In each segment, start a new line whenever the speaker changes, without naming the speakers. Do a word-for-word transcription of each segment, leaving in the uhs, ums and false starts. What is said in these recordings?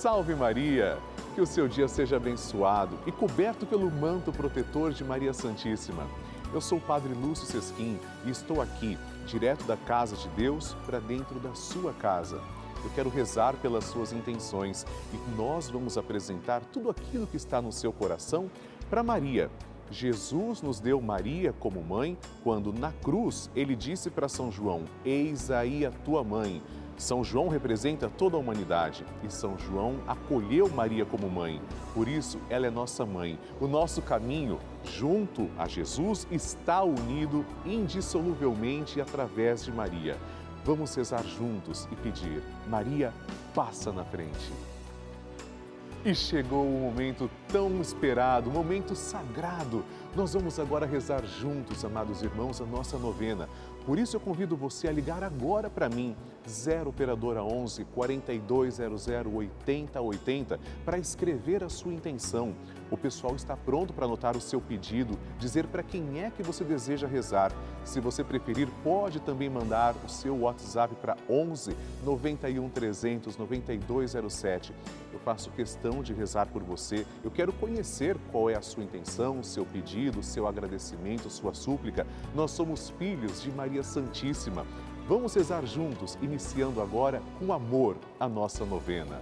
Salve Maria! Que o seu dia seja abençoado e coberto pelo manto protetor de Maria Santíssima. Eu sou o Padre Lúcio Sesquim e estou aqui, direto da casa de Deus, para dentro da sua casa. Eu quero rezar pelas suas intenções e nós vamos apresentar tudo aquilo que está no seu coração para Maria. Jesus nos deu Maria como mãe quando na cruz ele disse para São João: eis aí a tua mãe. São João representa toda a humanidade e São João acolheu Maria como mãe. Por isso, ela é nossa mãe. O nosso caminho junto a Jesus está unido indissoluvelmente através de Maria. Vamos rezar juntos e pedir: Maria, passa na frente. E chegou o momento tão esperado, um momento sagrado. Nós vamos agora rezar juntos, amados irmãos, a nossa novena. Por isso eu convido você a ligar agora para mim, zero operadora onze, quarenta e dois zero zero, oitenta oitenta, para escrever a sua intenção. O pessoal está pronto para anotar o seu pedido, dizer para quem é que você deseja rezar. Se você preferir, pode também mandar o seu WhatsApp para onze, noventa e um, trezentos, noventa e dois zero sete. Eu faço questão de rezar por você. Eu quero conhecer qual é a sua intenção, o seu pedido, o seu agradecimento, sua súplica. Nós somos filhos de Maria Santíssima. Vamos rezar juntos, iniciando agora com amor a nossa novena.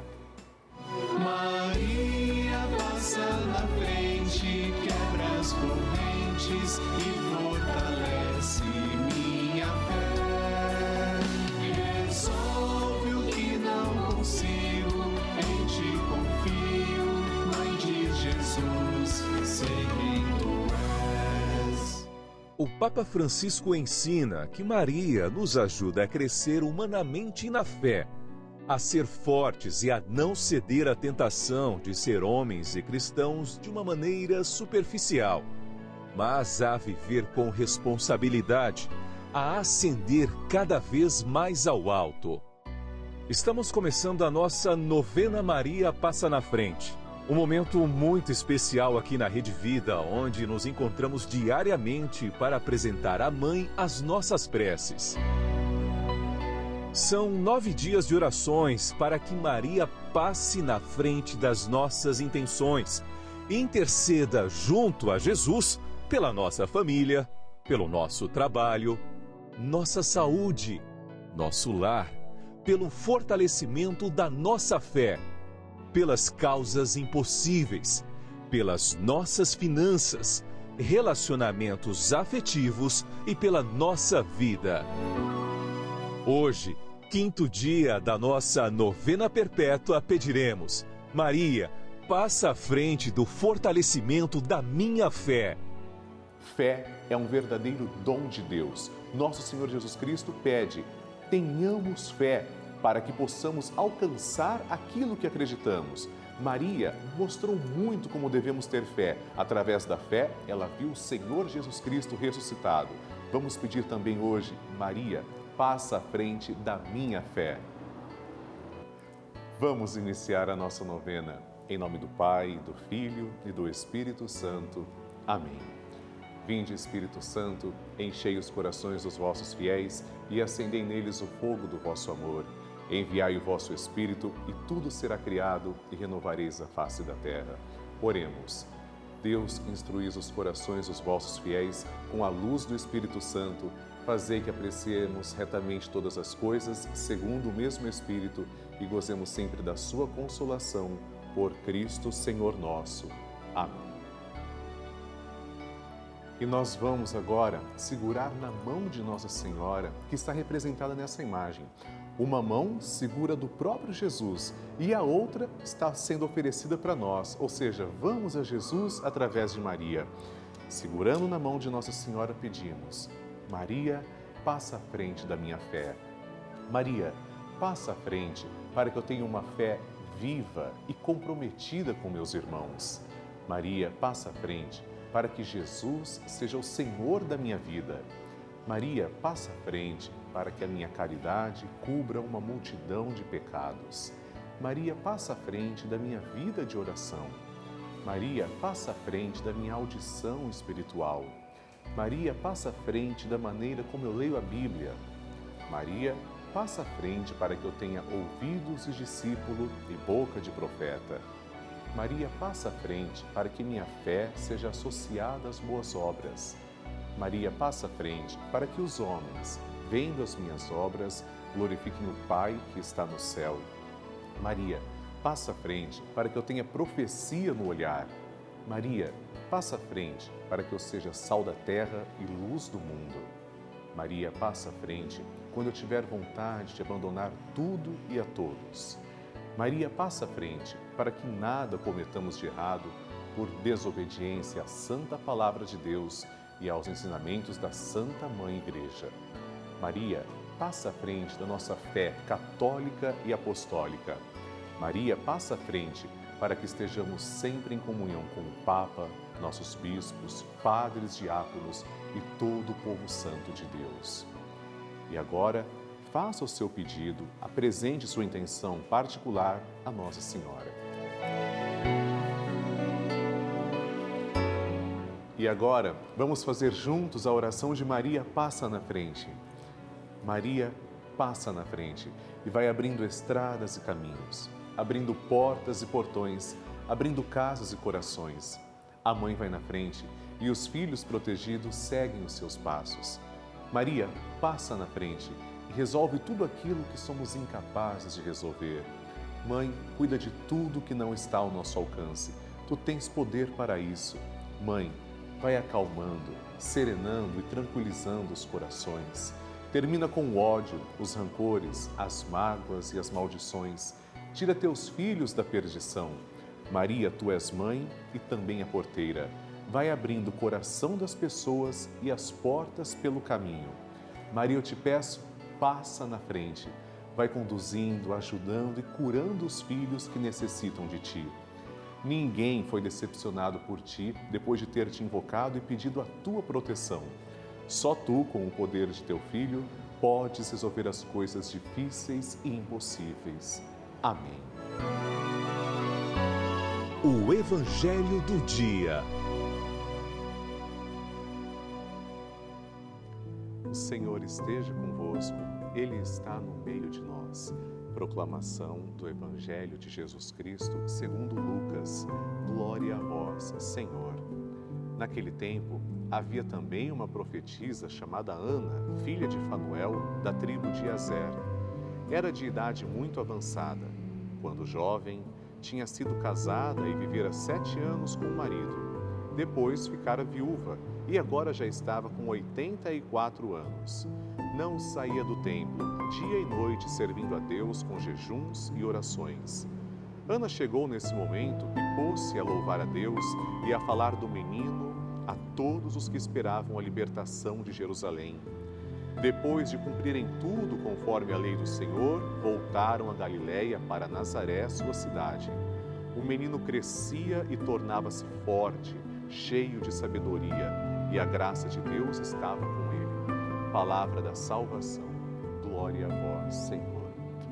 Maria passa na frente, quebra as correntes e fortalece minha fé. Resolve o que não consigo, em ti confio, Mãe de Jesus, sei quem tu és.
O Papa Francisco ensina que Maria nos ajuda a crescer humanamente na fé, a ser fortes e a não ceder à tentação de ser homens e cristãos de uma maneira superficial, mas a viver com responsabilidade, a ascender cada vez mais ao alto. Estamos começando a nossa novena Maria Passa na Frente. Um momento muito especial aqui na Rede Vida, onde nos encontramos diariamente para apresentar à Mãe as nossas preces. São nove dias de orações para que Maria passe na frente das nossas intenções e interceda junto a Jesus pela nossa família, pelo nosso trabalho, nossa saúde, nosso lar, pelo fortalecimento da nossa fé, pelas causas impossíveis, pelas nossas finanças, relacionamentos afetivos e pela nossa vida. Hoje, quinto dia da nossa novena perpétua, pediremos: Maria, passa à frente do fortalecimento da minha fé.
Fé é um verdadeiro dom de Deus. Nosso Senhor Jesus Cristo pede: tenhamos fé para que possamos alcançar aquilo que acreditamos. Maria mostrou muito como devemos ter fé. Através da fé, ela viu o Senhor Jesus Cristo ressuscitado. Vamos pedir também hoje: Maria, passa à frente da minha fé. Vamos iniciar a nossa novena. Em nome do Pai, do Filho e do Espírito Santo. Amém. Vinde, Espírito Santo, enchei os corações dos vossos fiéis e acendei neles o fogo do vosso amor. Enviai o vosso Espírito e tudo será criado e renovareis a face da terra. Oremos. Deus, que instruís os corações dos vossos fiéis com a luz do Espírito Santo, fazei que apreciemos retamente todas as coisas, segundo o mesmo Espírito, e gozemos sempre da sua consolação, por Cristo Senhor nosso. Amém. E nós vamos agora segurar na mão de Nossa Senhora, que está representada nessa imagem. Uma mão segura do próprio Jesus e a outra está sendo oferecida para nós, ou seja, vamos a Jesus através de Maria. Segurando na mão de Nossa Senhora, pedimos: Maria, passa à frente da minha fé. Maria, passa à frente para que eu tenha uma fé viva e comprometida com meus irmãos. Maria, passa à frente para que Jesus seja o Senhor da minha vida. Maria, passa à frente para que a minha caridade cubra uma multidão de pecados. Maria, passa à frente da minha vida de oração. Maria, passa à frente da minha audição espiritual. Maria, passa à frente da maneira como eu leio a Bíblia. Maria, passa à frente para que eu tenha ouvidos de discípulo e boca de profeta. Maria, passa à frente para que minha fé seja associada às boas obras. Maria, passa à frente para que os homens, vendo as minhas obras, glorifiquem o Pai que está no céu. Maria, passa à frente para que eu tenha profecia no olhar. Maria, passa à frente para que eu seja sal da terra e luz do mundo. Maria, passa à frente quando eu tiver vontade de abandonar tudo e a todos. Maria, passa à frente para que nada cometamos de errado por desobediência à santa palavra de Deus e aos ensinamentos da Santa Mãe Igreja. Maria, passa à frente da nossa fé católica e apostólica. Maria, passa à frente para que estejamos sempre em comunhão com o Papa, nossos bispos, padres, diáconos e todo o povo santo de Deus. E agora, faça o seu pedido, apresente sua intenção particular a Nossa Senhora. E agora, vamos fazer juntos a oração de Maria Passa na Frente. Maria passa na frente e vai abrindo estradas e caminhos, abrindo portas e portões, abrindo casas e corações. A mãe vai na frente e os filhos protegidos seguem os seus passos. Maria passa na frente e resolve tudo aquilo que somos incapazes de resolver. Mãe, cuida de tudo que não está ao nosso alcance. Tu tens poder para isso. Mãe, vai acalmando, serenando e tranquilizando os corações. Termina com o ódio, os rancores, as mágoas e as maldições. Tira teus filhos da perdição. Maria, tu és mãe e também a porteira. Vai abrindo o coração das pessoas e as portas pelo caminho. Maria, eu te peço, passa na frente. Vai conduzindo, ajudando e curando os filhos que necessitam de ti. Ninguém foi decepcionado por ti depois de ter te invocado e pedido a tua proteção. Só tu, com o poder de teu Filho, podes resolver as coisas difíceis e impossíveis. Amém.
O Evangelho do Dia.
O Senhor esteja convosco, Ele está no meio de nós. Proclamação do Evangelho de Jesus Cristo segundo Lucas. Glória a vós, Senhor. Naquele tempo, havia também uma profetisa chamada Ana, filha de Fanuel, da tribo de Azer. Era de idade muito avançada. Quando jovem, tinha sido casada e vivera sete anos com o marido. Depois ficara viúva e agora já estava com oitenta e quatro anos. Não saía do templo, dia e noite, servindo a Deus com jejuns e orações. Ana chegou nesse momento e pôs-se a louvar a Deus e a falar do menino a todos os que esperavam a libertação de Jerusalém. Depois de cumprirem tudo conforme a lei do Senhor, voltaram a Galiléia para Nazaré, sua cidade. O menino crescia e tornava-se forte, cheio de sabedoria, e a graça de Deus estava com ele. Palavra da salvação. Glória a vós, Senhor.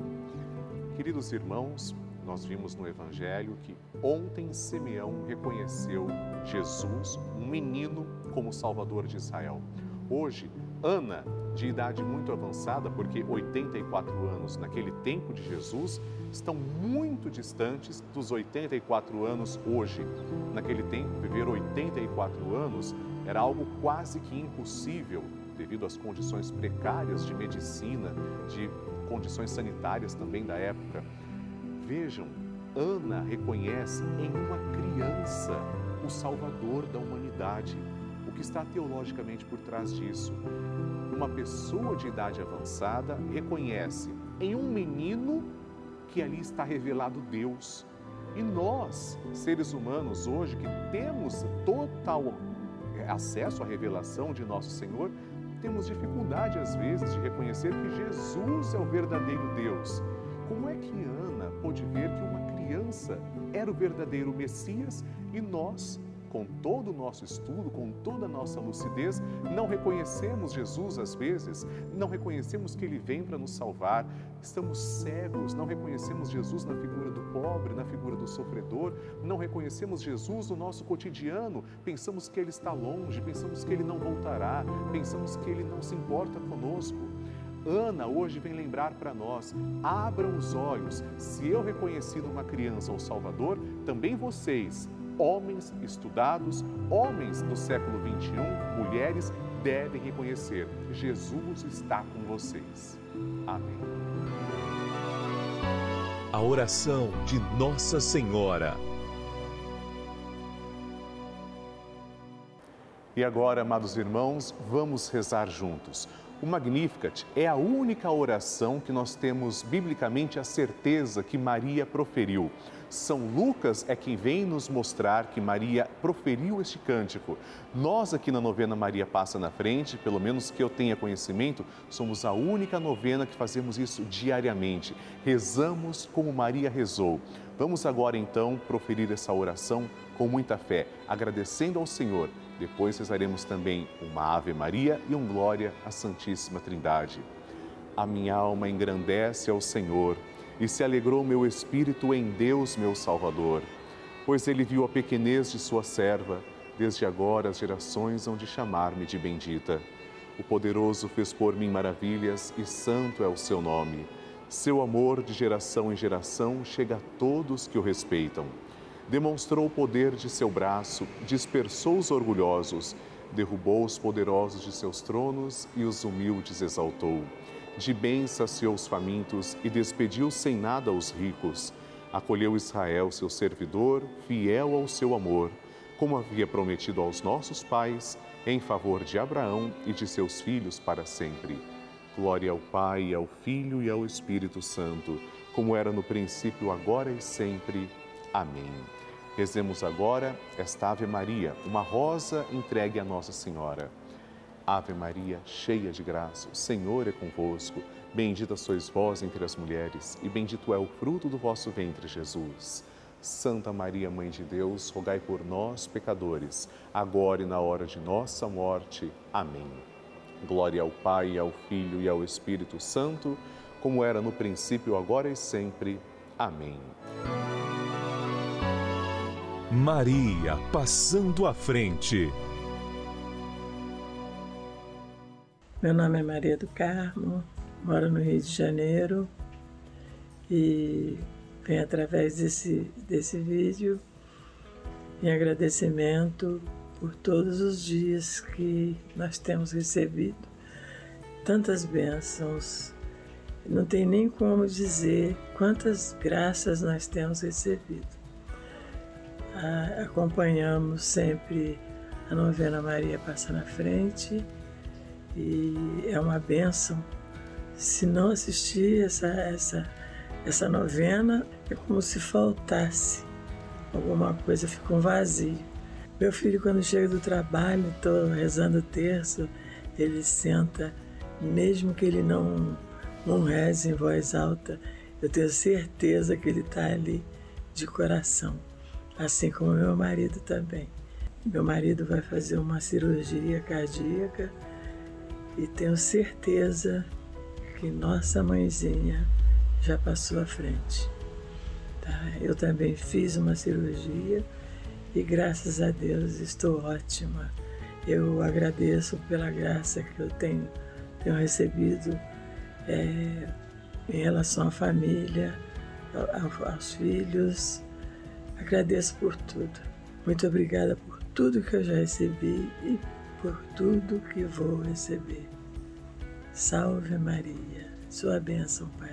Queridos irmãos, nós vimos no Evangelho que ontem Simeão reconheceu Jesus, um menino, como Salvador de Israel. Hoje, Ana, de idade muito avançada, porque oitenta e quatro anos naquele tempo de Jesus, estão muito distantes dos oitenta e quatro anos hoje. Naquele tempo, viver oitenta e quatro anos era algo quase que impossível, devido às condições precárias de medicina, de condições sanitárias também da época. Vejam, Ana reconhece em uma criança o Salvador da humanidade. O que está teologicamente por trás disso? Uma pessoa de idade avançada reconhece em um menino que ali está revelado Deus. E nós, seres humanos hoje, que temos total acesso à revelação de nosso Senhor, temos dificuldade às vezes de reconhecer que Jesus é o verdadeiro Deus. Como é que Ana pôde ver que uma criança era o verdadeiro Messias e nós, com todo o nosso estudo, com toda a nossa lucidez, não reconhecemos Jesus às vezes, não reconhecemos que Ele vem para nos salvar, estamos cegos, não reconhecemos Jesus na figura do pobre, na figura do sofredor, não reconhecemos Jesus no nosso cotidiano, pensamos que Ele está longe, pensamos que Ele não voltará, pensamos que Ele não se importa conosco. Ana hoje vem lembrar para nós, abram os olhos. Se eu reconheci numa criança o Salvador, também vocês, homens estudados, homens do século vinte e um, mulheres, devem reconhecer, Jesus está com vocês. Amém.
A oração de Nossa Senhora.
E agora, amados irmãos, vamos rezar juntos. O Magnificat é a única oração que nós temos biblicamente a certeza que Maria proferiu. São Lucas é quem vem nos mostrar que Maria proferiu este cântico. Nós aqui na novena Maria Passa na Frente, pelo menos que eu tenha conhecimento, somos a única novena que fazemos isso diariamente. Rezamos como Maria rezou. Vamos agora então proferir essa oração com muita fé, agradecendo ao Senhor. Depois rezaremos também uma Ave Maria e um Glória à Santíssima Trindade. A minha alma engrandece ao Senhor e se alegrou meu espírito em Deus, meu Salvador, pois Ele viu a pequenez de sua serva, desde agora as gerações hão de chamar-me de bendita. O Poderoso fez por mim maravilhas e santo é o seu nome. Seu amor de geração em geração chega a todos que o respeitam. Demonstrou o poder de seu braço, dispersou os orgulhosos, derrubou os poderosos de seus tronos e os humildes exaltou. De bem saciou os famintos e despediu sem nada os ricos. Acolheu Israel, seu servidor, fiel ao seu amor, como havia prometido aos nossos pais, em favor de Abraão e de seus filhos para sempre. Glória ao Pai, ao Filho e ao Espírito Santo, como era no princípio, agora e sempre. Amém. Rezemos agora esta Ave Maria, uma rosa entregue a Nossa Senhora. Ave Maria, cheia de graça, o Senhor é convosco. Bendita sois vós entre as mulheres, e bendito é o fruto do vosso ventre, Jesus. Santa Maria, Mãe de Deus, rogai por nós, pecadores, agora e na hora de nossa morte. Amém. Glória ao Pai, ao Filho e ao Espírito Santo, como era no princípio, agora e sempre. Amém.
Maria passando à frente.
Meu nome é Maria do Carmo, moro no Rio de Janeiro e venho através desse, desse vídeo em agradecimento por todos os dias que nós temos recebido tantas bênçãos. Não tem nem como dizer quantas graças nós temos recebido. Ah, acompanhamos sempre a novena Maria Passa na Frente e é uma bênção. Se não assistir essa, essa, essa novena, é como se faltasse alguma coisa, fica um vazio. Meu filho, quando chega do trabalho, estou rezando o terço, ele senta, mesmo que ele não, não reze em voz alta, eu tenho certeza que ele está ali de coração, assim como meu marido também. Meu marido vai fazer uma cirurgia cardíaca e tenho certeza que nossa mãezinha já passou à frente. Tá? Eu também fiz uma cirurgia e graças a Deus estou ótima. Eu agradeço pela graça que eu tenho, tenho recebido é, em relação à família, ao, aos filhos. Agradeço por tudo. Muito obrigada por tudo que eu já recebi e por tudo que vou receber. Salve Maria, sua bênção, Padre.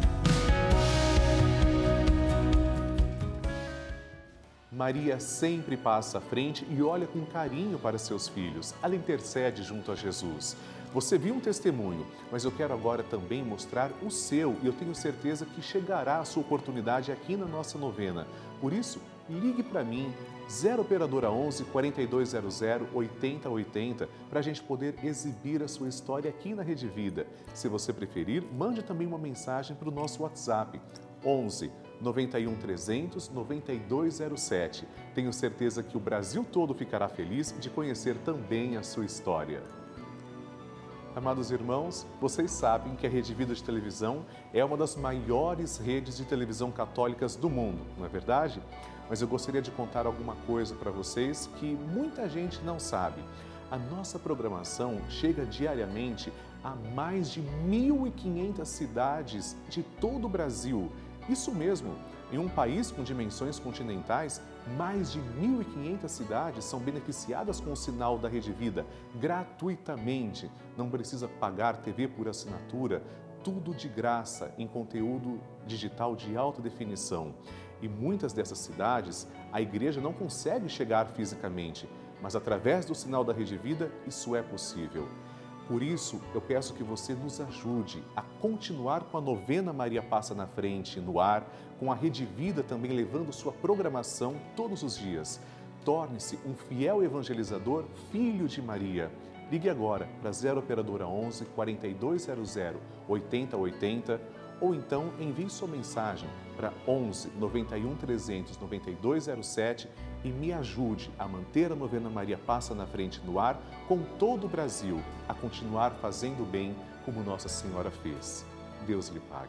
Maria sempre passa à frente e olha com carinho para seus filhos. Ela intercede junto a Jesus. Você viu um testemunho, mas eu quero agora também mostrar o seu e eu tenho certeza que chegará a sua oportunidade aqui na nossa novena. Por isso, ligue para mim, zero operadora onze, quarenta e dois zero zero, oitenta oitenta, para a gente poder exibir a sua história aqui na Rede Vida. Se você preferir, mande também uma mensagem para o nosso WhatsApp, onze, noventa e um, trezentos, noventa e dois zero sete. Tenho certeza que o Brasil todo ficará feliz de conhecer também a sua história. Amados irmãos, vocês sabem que a Rede Vida de Televisão é uma das maiores redes de televisão católicas do mundo, não é verdade? Mas eu gostaria de contar alguma coisa para vocês que muita gente não sabe. A nossa programação chega diariamente a mais de mil e quinhentas cidades de todo o Brasil. Isso mesmo, em um país com dimensões continentais, mais de mil e quinhentas cidades são beneficiadas com o sinal da Rede Vida, gratuitamente. Não precisa pagar T V por assinatura, tudo de graça em conteúdo digital de alta definição. E muitas dessas cidades, a igreja não consegue chegar fisicamente, mas através do sinal da Rede Vida, isso é possível. Por isso, eu peço que você nos ajude a continuar com a novena Maria Passa na Frente no ar, com a Rede Vida também levando sua programação todos os dias. Torne-se um fiel evangelizador, filho de Maria. Ligue agora para zero Operadora onze, quarenta e dois zero zero, oitenta oitenta ou então envie sua mensagem para onze, noventa e um, trezentos, noventa e dois zero sete e me ajude a manter a novena Maria Passa na Frente no ar com todo o Brasil, a continuar fazendo bem como Nossa Senhora fez. Deus lhe pague.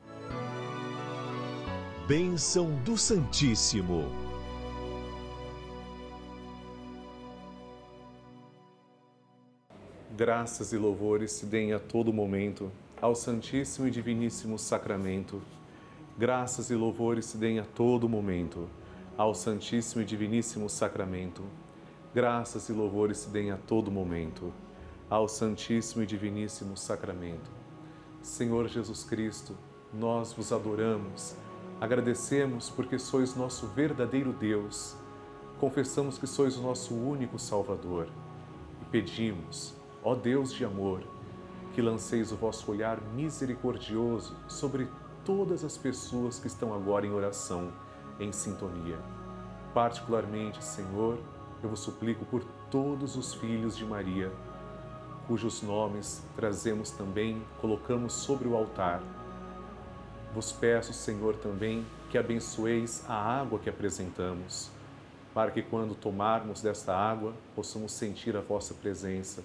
Bênção do Santíssimo.
Graças e louvores se deem a todo momento ao Santíssimo e Diviníssimo Sacramento. Graças e louvores se deem a todo momento ao Santíssimo e Diviníssimo Sacramento. Graças e louvores se deem a todo momento ao Santíssimo e Diviníssimo Sacramento. Senhor Jesus Cristo, nós vos adoramos, agradecemos porque sois nosso verdadeiro Deus, confessamos que sois o nosso único Salvador e pedimos, ó Deus de amor, que lanceis o vosso olhar misericordioso sobre todas as pessoas que estão agora em oração, em sintonia. Particularmente, Senhor, eu vos suplico por todos os filhos de Maria, cujos nomes trazemos também, colocamos sobre o altar. Vos peço, Senhor, também que abençoeis a água que apresentamos, para que quando tomarmos desta água, possamos sentir a vossa presença.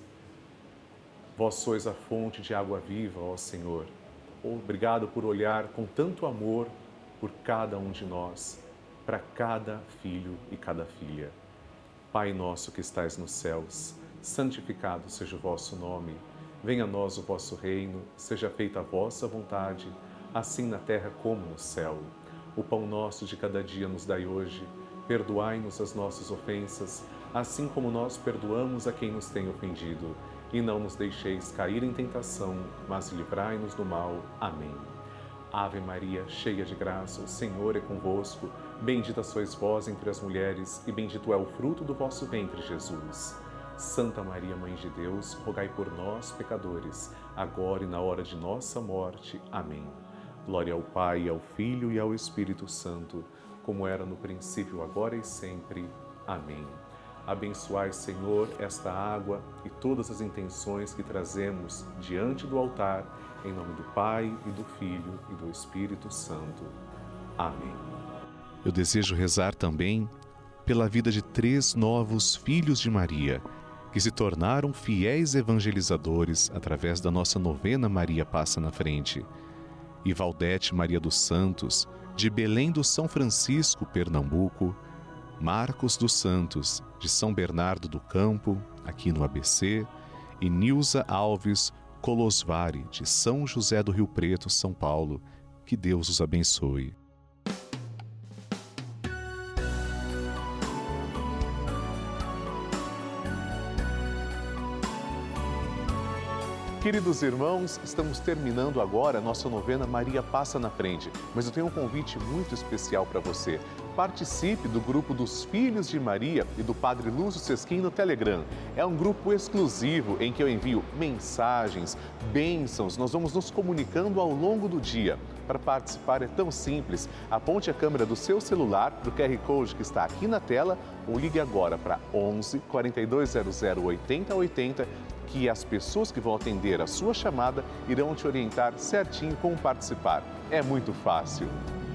Vós sois a fonte de água viva, ó Senhor. Obrigado por olhar com tanto amor por cada um de nós, para cada filho e cada filha. Pai nosso que estais nos céus, santificado seja o vosso nome. Venha a nós o vosso reino, seja feita a vossa vontade, assim na terra como no céu. O pão nosso de cada dia nos dai hoje. Perdoai-nos as nossas ofensas, assim como nós perdoamos a quem nos tem ofendido. E não nos deixeis cair em tentação, mas livrai-nos do mal. Amém. Ave Maria, cheia de graça, o Senhor é convosco. Bendita sois vós entre as mulheres, e bendito é o fruto do vosso ventre, Jesus. Santa Maria, Mãe de Deus, rogai por nós, pecadores, agora e na hora de nossa morte. Amém. Glória ao Pai, ao Filho e ao Espírito Santo, como era no princípio, agora e sempre. Amém. Abençoai, Senhor, esta água e todas as intenções que trazemos diante do altar, em nome do Pai, e do Filho, e do Espírito Santo. Amém. Eu desejo rezar também pela vida de três novos filhos de Maria, que se tornaram fiéis evangelizadores através da nossa novena Maria Passa na Frente. E Valdete Maria dos Santos, de Belém do São Francisco, Pernambuco, Marcos dos Santos, de São Bernardo do Campo, aqui no A B C, e Nilza Alves Colosvari, de São José do Rio Preto, São Paulo. Que Deus os abençoe. Queridos irmãos, estamos terminando agora a nossa novena Maria Passa na Frente, mas eu tenho um convite muito especial para você. Participe do grupo dos Filhos de Maria e do Padre Lúcio Sesquim no Telegram. É um grupo exclusivo em que eu envio mensagens, bênçãos, nós vamos nos comunicando ao longo do dia. Para participar é tão simples, aponte a câmera do seu celular para o Q R Code que está aqui na tela ou ligue agora para onze, quarenta e dois zero zero, oitenta oitenta, que as pessoas que vão atender a sua chamada irão te orientar certinho como participar. É muito fácil.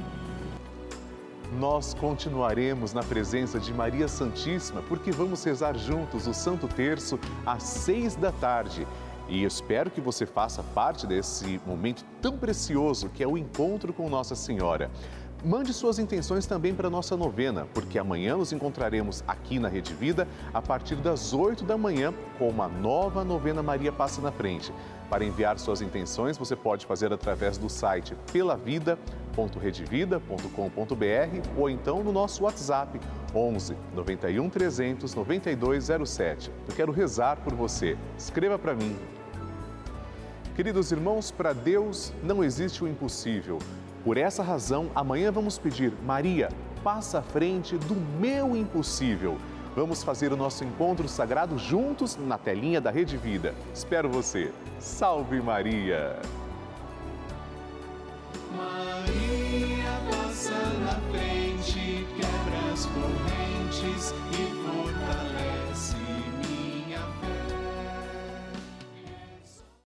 Nós continuaremos na presença de Maria Santíssima porque vamos rezar juntos o Santo Terço às seis da tarde. E eu espero que você faça parte desse momento tão precioso que é o encontro com Nossa Senhora. Mande suas intenções também para a nossa novena, porque amanhã nos encontraremos aqui na Rede Vida a partir das oito da manhã com uma nova novena Maria Passa na Frente. Para enviar suas intenções, você pode fazer através do site pelavida ponto redevida ponto com ponto br ou então no nosso WhatsApp onze, noventa e um, trezentos, noventa e dois zero sete. Eu quero rezar por você. Escreva para mim. Queridos irmãos, para Deus não existe o impossível. Por essa razão, amanhã vamos pedir, Maria, passa à frente do meu impossível. Vamos fazer o nosso encontro sagrado juntos na telinha da Rede Vida. Espero você. Salve Maria!
Maria.